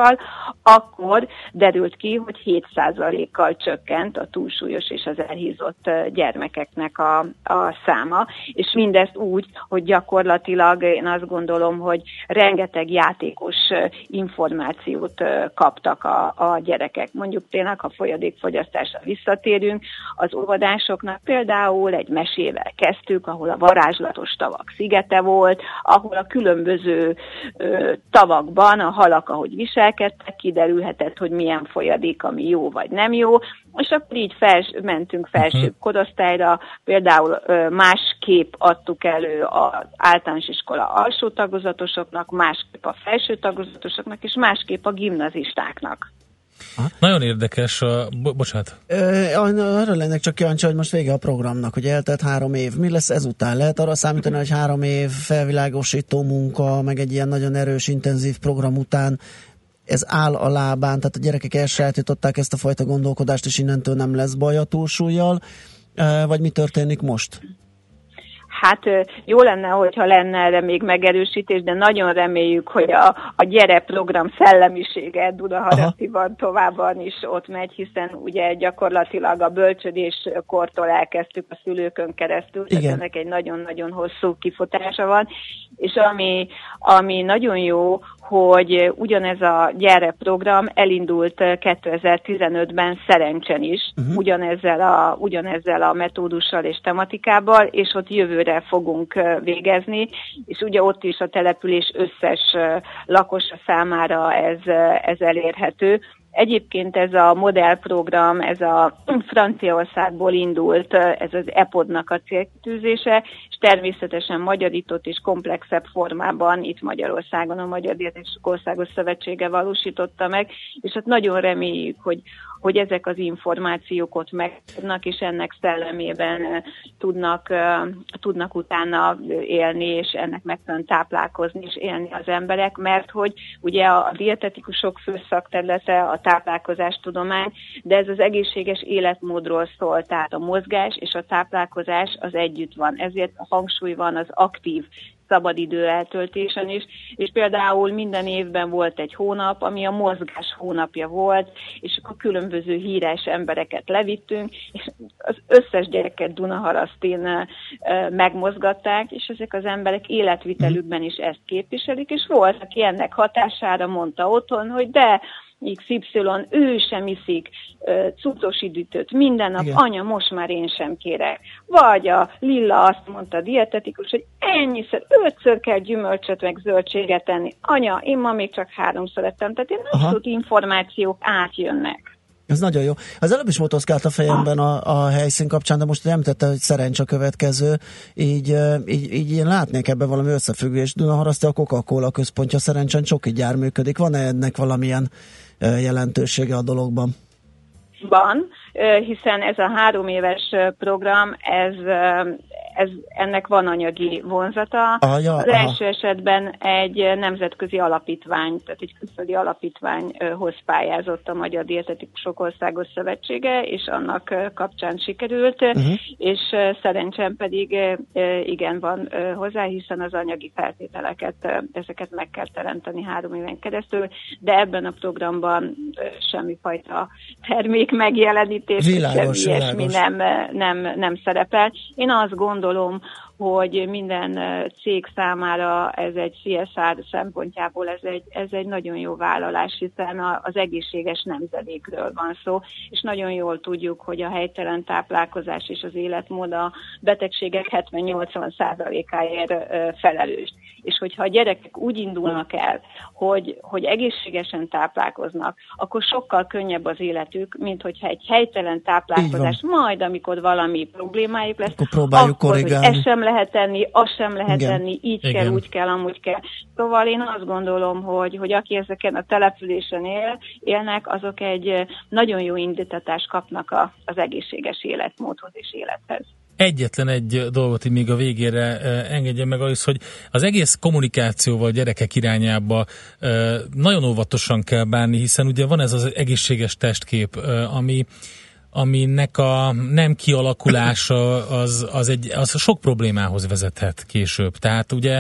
akkor derült ki, hogy hét százalékkal csökkent a túlsúlyos és az elhízott gyermekeknek a, a száma, és mindezt úgy, hogy gyakorlatilag én azt gondolom, hogy rengeteg játékos információt kaptak a, a gyerekek. Mondjuk tényleg, ha folyadékfogyasztásra visszatérünk, az óvodásoknak például egy mesével kezdtük, ahol a varázslatos tavak szigete volt, ahol a különböző ö, tavakban a halak, ahogy viselkedtek, kiderülhetett, hogy milyen folyadék, ami jó vagy nem jó, és akkor így fels, mentünk felsőbb korosztályra, például ö, másképp adtuk elő az általános iskola alsó tagozatosoknak, másképp a felső tagozatosoknak, és másképp a gimnazistáknak. Aha. Nagyon érdekes, a, bo- bocsánat. Ö, arra lennek csak kíváncsi, hogy most vége a programnak, hogy eltelt három év. Mi lesz ezután? Lehet arra számítani, hogy három év felvilágosító munka, meg egy ilyen nagyon erős, intenzív program után ez áll a lábán, tehát a gyerekek elsajátították ezt a fajta gondolkodást, és innentől nem lesz baj a túlsúllyal, vagy mi történik most? Hát jó lenne, hogyha lenne erre még megerősítés, de nagyon reméljük, hogy a, a gyere program szellemisége Dunaharasztiban továbban is ott megy, hiszen ugye gyakorlatilag a bölcsödés kortól elkezdtük a szülőkön keresztül, tehát ennek egy nagyon-nagyon hosszú kifutása van, és ami, ami nagyon jó, hogy ugyanez a gyere program elindult kétezer-tizenötben Szerencsen is, uh-huh. ugyanezzel, a, ugyanezzel a metódussal és tematikával, és ott jövőre fogunk végezni, és ugye ott is a település összes lakosa számára ez, ez elérhető. Egyébként ez a modellprogram, ez a Franciaországból indult, ez az e pé o dé-nak a célkitűzése, és természetesen magyarított és komplexebb formában itt Magyarországon a Magyar Dietétusok Országos Szövetsége valósította meg, és hát nagyon reméljük, hogy, hogy ezek az információk ott megtudnak, és ennek szellemében tudnak, tudnak utána élni, és ennek megfelelően táplálkozni és élni az emberek, mert hogy ugye a dietetikusok fő szakterülete a táplálkozástudomány, de ez az egészséges életmódról szól, tehát a mozgás és a táplálkozás az együtt van. Ezért a hangsúly van az aktív szabadidő eltöltésen is, és például minden évben volt egy hónap, ami a mozgás hónapja volt, és akkor különböző híres embereket levittünk, és az összes gyereket Dunaharasztin megmozgatták, és ezek az emberek életvitelükben is ezt képviselik, és volt, aki ennek hatására mondta otthon, hogy de iksz ipszilon, ő sem iszik uh, cuccos üdítőt minden nap, igen. Anya, most már én sem kérek. Vagy a Lilla azt mondta a dietetikus, hogy ennyiszer, ötször kell gyümölcsöt meg zöldséget tenni. Anya, én ma még csak háromszor ettem, tehát én abszolút információk átjönnek. Ez nagyon jó. Az előbb is motoszkált a fejemben a, a helyszín kapcsán, de most említette, hogy szerencs a következő, így, így, így én látnék ebben valami összefüggést. Dunaharaszti a Coca-Cola központja, szerencsen csoki gyár működik. Van-e ennek valamilyen jelentősége a dologban? Van, hiszen ez a három éves program, ez, ez, ennek van anyagi vonzata. Ah, ja, az aha. első esetben egy nemzetközi alapítvány, tehát egy külföldi alapítványhoz pályázott a Magyar Dietetikusok Országos Szövetsége, és annak kapcsán sikerült, uh-huh. és szerencsém pedig igen van hozzá, hiszen az anyagi feltételeket, ezeket meg kell teremteni három éven keresztül, de ebben a programban semmifajta termék megjelenítés, világos, semmi ilyesmi világos. nem, nem, nem szerepel. Én azt gondolom, hogy minden cég számára ez egy cé es er szempontjából ez egy, ez egy nagyon jó vállalás, hiszen az egészséges nemzedékről van szó, és nagyon jól tudjuk, hogy a helytelen táplálkozás és az életmód a betegségek hetven-nyolcvan százalékáért felelős. És hogyha a gyerekek úgy indulnak el, hogy, hogy egészségesen táplálkoznak, akkor sokkal könnyebb az életük, mint hogyha egy helytelen táplálkozás, majd amikor valami problémájuk lesz, akkor próbáljuk akkor, korrigálni. hogy ez sem lehet tenni, azt sem lehet Igen. tenni, így Igen. kell, úgy kell, amúgy kell. Szóval én azt gondolom, hogy, hogy aki ezeken a településen él, élnek, azok egy nagyon jó indítatást kapnak a, az egészséges életmódhoz és élethez. Egyetlen egy dolgot így még a végére engedje meg az, hogy az egész kommunikációval gyerekek irányába nagyon óvatosan kell bánni, hiszen ugye van ez az egészséges testkép, ami aminek a nem kialakulása az, az, egy, az sok problémához vezethet később. Tehát ugye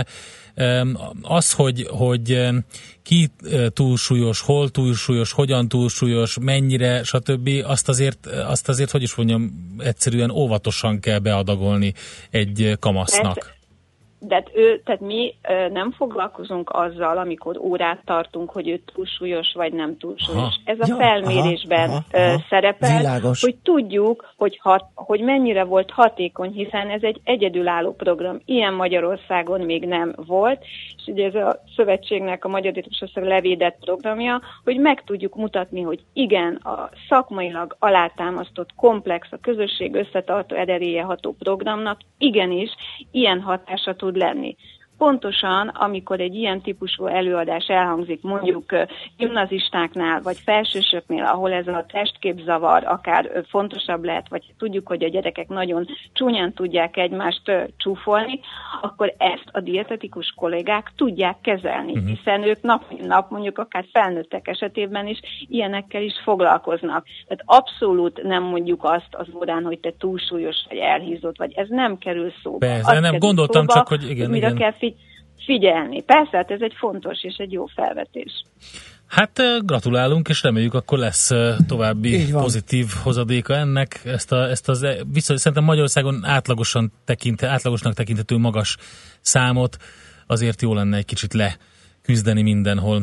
az, hogy, hogy ki túlsúlyos, hol túlsúlyos, hogyan túlsúlyos, mennyire, stb. Azt azért, azt azért, hogy is mondjam, egyszerűen óvatosan kell beadagolni egy kamasznak. De hát ő, tehát mi ö, nem foglalkozunk azzal, amikor órát tartunk, hogy ő túlsúlyos vagy nem túlsúlyos. Aha. Ez a ja, felmérésben aha, aha, aha. szerepel, Világos. Hogy tudjuk, hogy, hat, hogy mennyire volt hatékony, hiszen ez egy egyedülálló program. Ilyen Magyarországon még nem volt, és ugye ez a szövetségnek, a Magyar Dietetikusok Országos levédett programja, hogy meg tudjuk mutatni, hogy igen, a szakmailag alátámasztott, komplex, a közösség összetartó ereje ható programnak igenis ilyen hatása tud lenni. Pontosan, amikor egy ilyen típusú előadás elhangzik mondjuk gimnazistáknál, vagy felsősöknél, ahol ez a testképzavar akár fontosabb lehet, vagy tudjuk, hogy a gyerekek nagyon csúnyán tudják egymást csúfolni, akkor ezt a dietetikus kollégák tudják kezelni, uh-huh. hiszen ők nap mint nap, mondjuk akár felnőttek esetében is ilyenekkel is foglalkoznak. Tehát abszolút nem mondjuk azt az órán, hogy te túlsúlyos vagy elhízott, vagy ez nem kerül szóba. Persze, azt nem gondoltam szóba, csak, hogy igen, mire igen. kell figyelni. Persze, hát ez egy fontos és egy jó felvetés. Hát gratulálunk, és reméljük, akkor lesz további pozitív hozadéka ennek. Ezt, a, ezt az viszont szerintem Magyarországon átlagosan tekinte, átlagosnak tekinthető magas számot azért jó lenne egy kicsit leküzdeni mindenhol.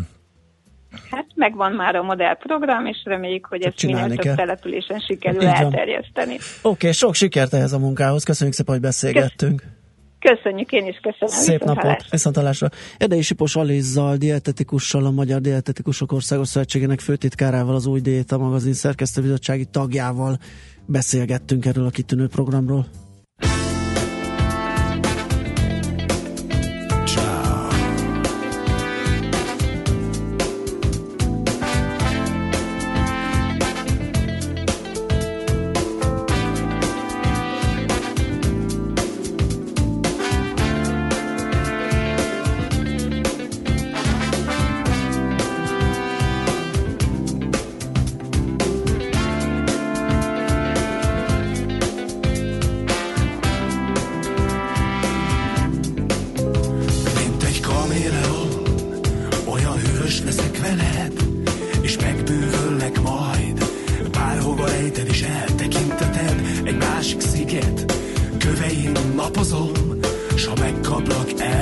Hát megvan már a modellprogram, és reméljük, hogy ezt minél több kell. településen sikerül elterjeszteni. Oké, okay, sok sikert ehhez a munkához. Köszönjük szépen, hogy beszélgettünk. Kösz- Köszönjük, én is köszönöm. Szép napot, viszontlátásra. Erdei Sipos Alizzal, dietetikussal, a Magyar Dietetikusok Országos Szövetségének főtitkárával, az Új Diéta magazin szerkesztőbizottsági tagjával beszélgettünk erről a kitűnő programról.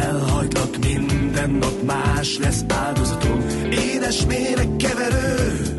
Más lesz áldozatom, édes méreg keverő,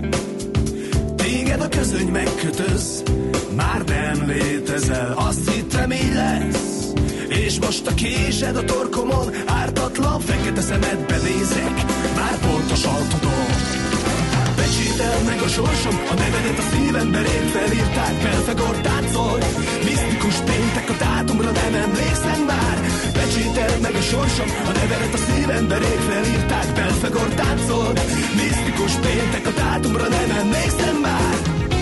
megkötöz, már nem létezel, azt hittem így lesz. És most a késed a torkomon, ártatlan fekete szemedbe nézek, már pontosan tudom. Becsítel meg a sorsom, a nevedet a szívembe rég felírták, Belfegor táncol, misztikus péntek, a dátumra nem emlékszem már. Becsítel meg a sorsom, a nevedet a szívembe rég felírták, Belfegor táncol, misztikus péntek, a dátumra nem emlékszem már.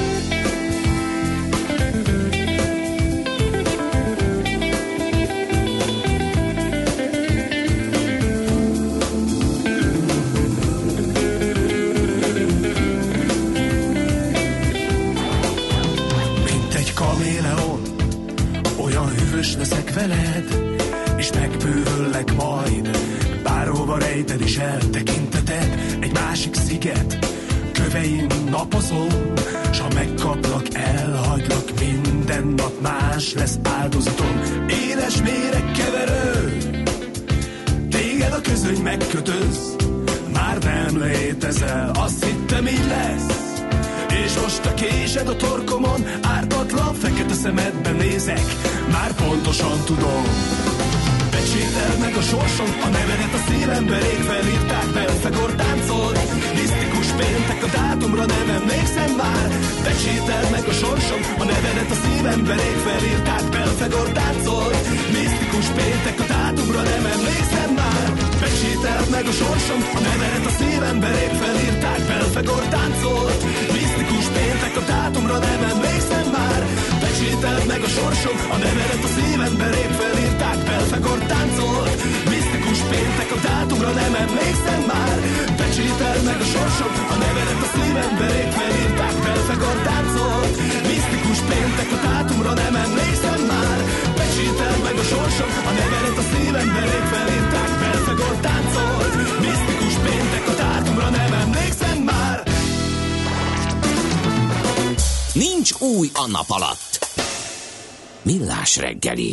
Leszek veled, és megbővöllek majd, bárhova rejted is el tekinteted, egy másik sziget kövein napozom, s ha megkaplak, elhagylak, minden nap más lesz áldozatom. Éles méreg keverő, téged a közöny megkötöz, már nem létezel, azt hittem így lesz. És most a késed a torkomon, ártatlan fekete szemedben nézek, már pontosan tudom. Becsítel meg a sorsom, a nevedet a szívembe rég felírták, Belfegor táncol, misztikus péntek, a dátumra nem emlékszem már. Becsítel meg a sorsom, a nevedet a szívembe rég felírták, Belfegor táncol, misztikus péntek, a dátumra nem emlékszem már. Becsítel meg a sorsom, a nevedet a szívembe rég felírták, Belfegor táncol, misztikus péntek, a dátumra nem emlékszem már. Becsítel meg a sorsom, a nevedet a szívembe rég felírták, Belfegor táncol, misztikus péntek, a dátumra nem emlékszem már. Becsítel meg a sorsom, a nevedet a szívembe rég felírták, Belfegor táncol, misztikus péntek, a dátumra nem emlékszem már. Becsítel meg a sorsom, a nevedet a szívembe rég felírták, Belfegor táncol, misztikus péntek, a dátumra nem emlékszem már. Nincs új a nap alatt. Millás reggeli.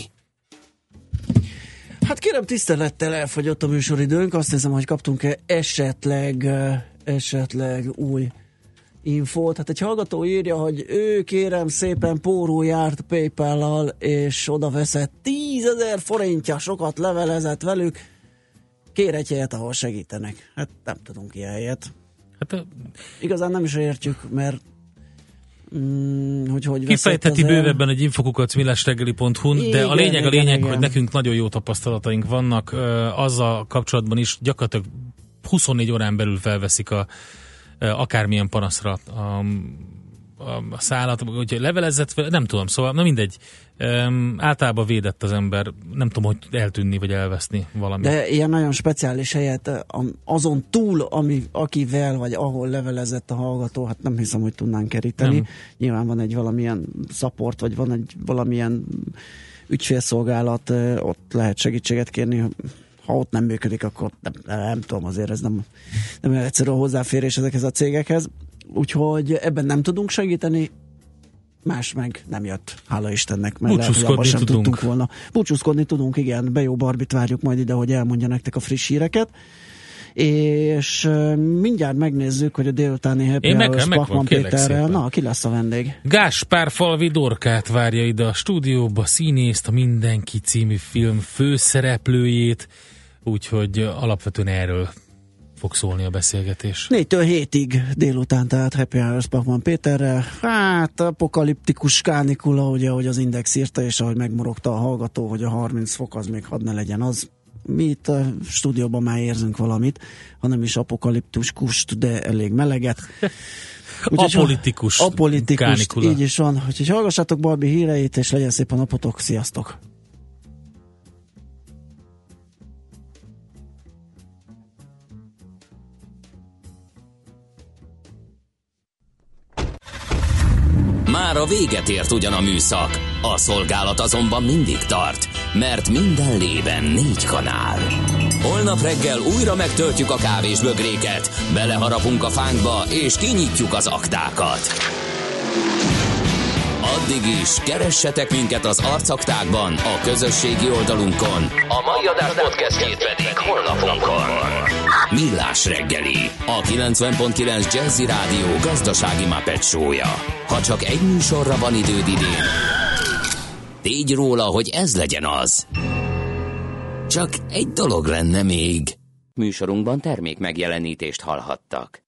Hát kérem, tisztelettel elfogyott a műsoridőnk. Azt hiszem, hogy kaptunk-e esetleg, esetleg új infót. Hát egy hallgató írja, hogy ő kérem szépen pórul járt PayPal-lal, és oda veszett tízezer forintja, sokat levelezett velük. Kér egy helyet, ahol segítenek. Hát nem tudunk ilyen helyet. Hát, igazán nem is értjük, mert Mm, hogy hogy kifejtheti bővebben egy infokukat millásreggeli pont hu, de a lényeg a lényeg, igen, hogy nekünk nagyon jó tapasztalataink vannak, azzal kapcsolatban is gyakorlatilag huszonnégy órán belül felveszik a, akármilyen panaszra a, a, a szállat, hogy levelezett, nem tudom, szóval na mindegy, um, általában védett az ember, nem tudom, hogy eltűnni vagy elveszni valami. De ilyen nagyon speciális helyet azon túl, ami, akivel vagy ahol levelezett a hallgató, hát nem hiszem, hogy tudnánk keríteni. Nem. Nyilván van egy valamilyen support, vagy van egy valamilyen ügyfélszolgálat, ott lehet segítséget kérni. Ha ott nem működik, akkor nem, nem tudom, azért ez nem, nem egyszerű a hozzáférés ezekhez a cégekhez. Úgyhogy ebben nem tudunk segíteni, más meg nem jött, hála Istennek, mert lehet, hogy abban sem tudunk. tudtunk volna. Búcsúzkodni tudunk, igen, Bejó Barbit várjuk majd ide, hogy elmondja nektek a friss híreket, és uh, mindjárt megnézzük, hogy a délutáni Happy Hour Pachmann Péterrel, na, ki lesz a vendég? Gáspár Falvi Dorkát várja ide a stúdióba, színészt, a Mindenki című film főszereplőjét, úgyhogy alapvetően erről fog szólni a beszélgetés. négytől hétig délután, tehát Happy Hour Pachmann Péterrel. Hát apokaliptikus kánikula, ugye, ahogy az Index írta, és ahogy megmorogta a hallgató, hogy a harminc fok az még hadd ne legyen az. Mi itt a stúdióban már érzünk valamit, hanem is apokaliptikus, de elég meleget. Úgyhogy apolitikus, apolitikus kánikula. Így is van. Úgyhogy hallgassátok Barbie híreit, és legyen szép a napotok. Sziasztok! Már a véget ért ugyan a műszak, a szolgálat azonban mindig tart, mert minden lében négy kanál. Holnap reggel újra megtöltjük a kávésbögréket, beleharapunk a fánkba és kinyitjuk az aktákat. Addig is, keressetek minket az arcaktákban, a közösségi oldalunkon. A mai adás podcastjét pedig honlapunkon. Millás reggeli, a kilencven pont kilenc Jazzy Rádió gazdasági Muppet show-ja. Ha csak egy műsorra van időd idén, tégy róla, hogy ez legyen az. Csak egy dolog lenne még. Műsorunkban termék megjelenítést hallhattak.